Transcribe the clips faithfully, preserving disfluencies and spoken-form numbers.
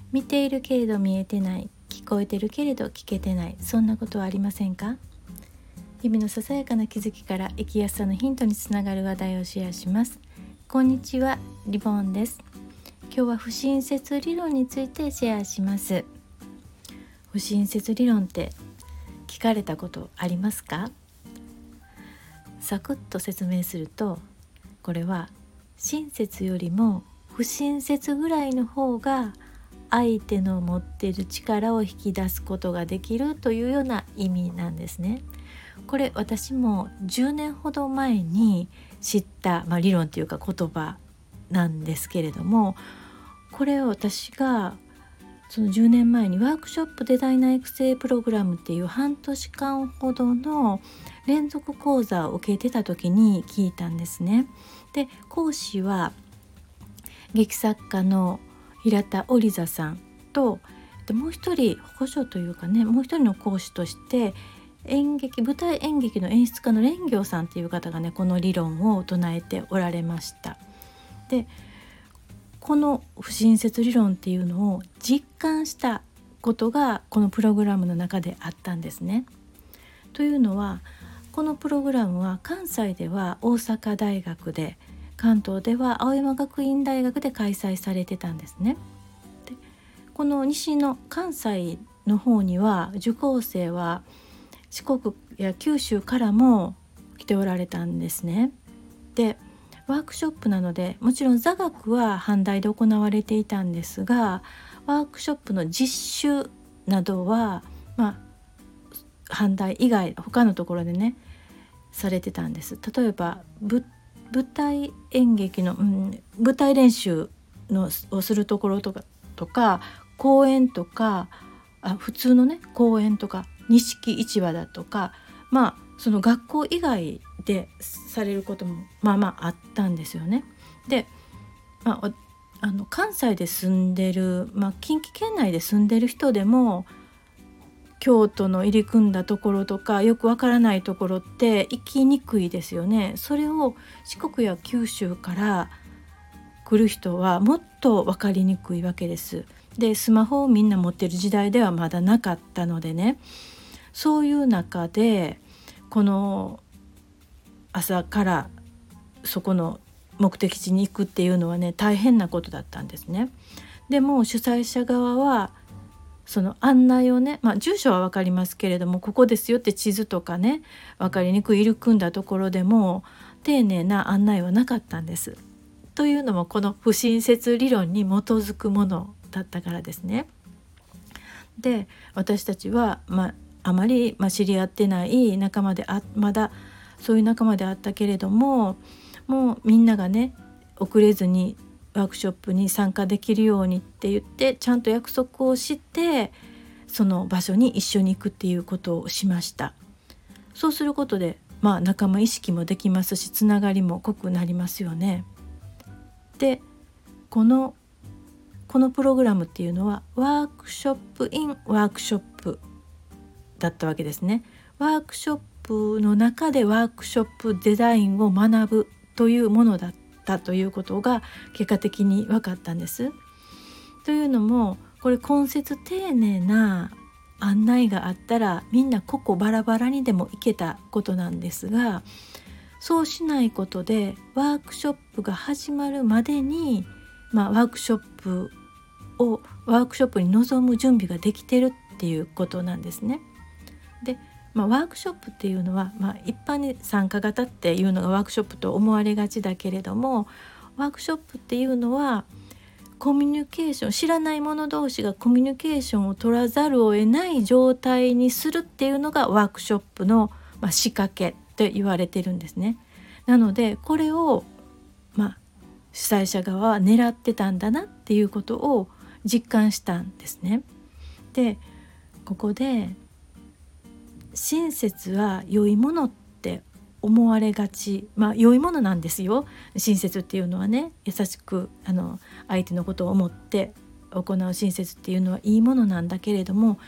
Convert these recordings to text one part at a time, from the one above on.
見ているけれど見えてない、聞こえてるけれど聞けてない、そんなことはありませんか？日々のささやかな気づきから生きやすさのヒントにつながる話題をシェアします。こんにちは、リボンです。今日は不親切理論についてシェアします。不親切理論って聞かれたことありますか？サクッと説明すると、これは親切よりも不親切ぐらいの方が相手の持っている力を引き出すことができるというような意味なんですね。これ私もじゅうねんほど前に知った、まあ、理論というか言葉なんですけれども、これを私がそのじゅうねんまえにワークショップデザイナー育成プログラムっていう半年間ほどの連続講座を受けてた時に聞いたんですね。で、講師は劇作家の平田織座さんと、もう一人保護所というかね、もう一人の講師として演劇舞台演劇の演出家の蓮行さんという方がね、この理論を唱えておられました。で、この不親切理論っていうのを実感したことがこのプログラムの中であったんですね。というのは、このプログラムは関西では大阪大学で、関東では青山学院大学で開催されてたんですね。で、この西の関西の方には受講生は四国や九州からも来ておられたんですね。で、ワークショップなのでもちろん座学は阪大で行われていたんですが、ワークショップの実習などは、まあ、阪大以外他のところでねされてたんです。例えば舞舞台演劇の、うん、舞台練習のをするところとかとか公演とか、あ普通のね公演とか錦市場だとか、まあその学校以外でされることもまあまああったんですよね。で、まあ、あの関西で住んでる、まあ、近畿圏内で住んでる人でも京都の入り組んだところとかよくわからないところって行きにくいですよね。それを四国や九州から来る人はもっと分かりにくいわけです。で、スマホをみんな持ってる時代ではまだなかったのでね、そういう中でこの朝からそこの目的地に行くっていうのはね大変なことだったんですね。でも主催者側はその案内をね、まあ、住所は分かりますけれども、ここですよって地図とかね分かりにくい入り組んだところでも丁寧な案内はなかったんです。というのもこの不親切理論に基づくものだったからですね。で、私たちは、まあ、あまり、まあ、知り合ってない仲間であまだそういう仲間であったけれども、もうみんながね遅れずにワークショップに参加できるようにって言ってちゃんと約束をしてその場所に一緒に行くっていうことをしました。そうすることで、まあ、仲間意識もできますし、つながりも濃くなりますよね。で、このこのプログラムっていうのはワークショップインワークショップだったわけですね。ワークショップの中でワークショップデザインを学ぶというものだったということが結果的に分かったんです。というのも、これ根節丁寧な案内があったらみんな個々バラバラにでも行けたことなんですが、そうしないことでワークショップが始まるまでに、まあ、ワークショップをワークショップに臨む準備ができてるっていうことなんですね。で、まあ、ワークショップっていうのは、まあ、一般に参加型っていうのがワークショップと思われがちだけれども、ワークショップっていうのはコミュニケーション、知らない者同士がコミュニケーションを取らざるを得ない状態にするっていうのがワークショップの、まあ、仕掛けと言われてるんですね。なのでこれを、まあ、主催者側は狙ってたんだなっていうことを実感したんですね。で、ここで親切は良いものって思われがち、まあ良いものなんですよ。親切っていうのはね、優しくあの相手のことを思って行う親切っていうのはいいものなんだけれども、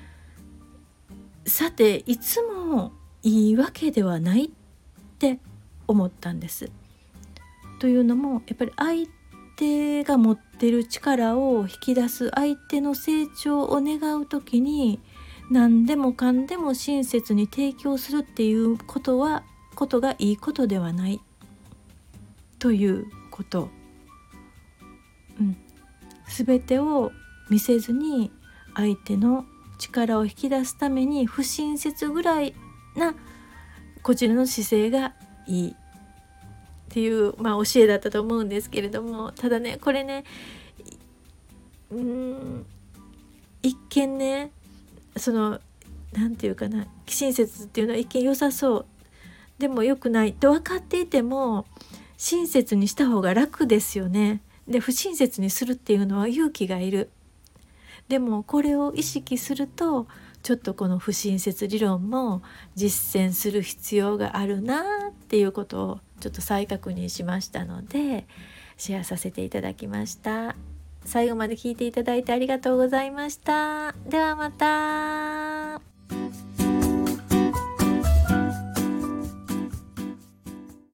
さていつもいいわけではないって思ったんです。というのもやっぱり相手が持ってる力を引き出す、相手の成長を願うときに何でもかんでも親切に提供するっていうことはことがいいことではないということ、うん、全てを見せずに相手の力を引き出すために不親切ぐらいなこちらの姿勢がいいっていう、まあ、教えだったと思うんですけれども、ただねこれねうーん一見ねそのなんていうかな親切っていうのは一見良さそうでも良くないと分かっていても親切にした方が楽ですよね。で不親切にするっていうのは勇気がいる。でもこれを意識するとちょっとこの不親切理論も実践する必要があるなっていうことをちょっと再確認しましたのでシェアさせていただきました。最後まで聞いていただいてありがとうございました。ではまた。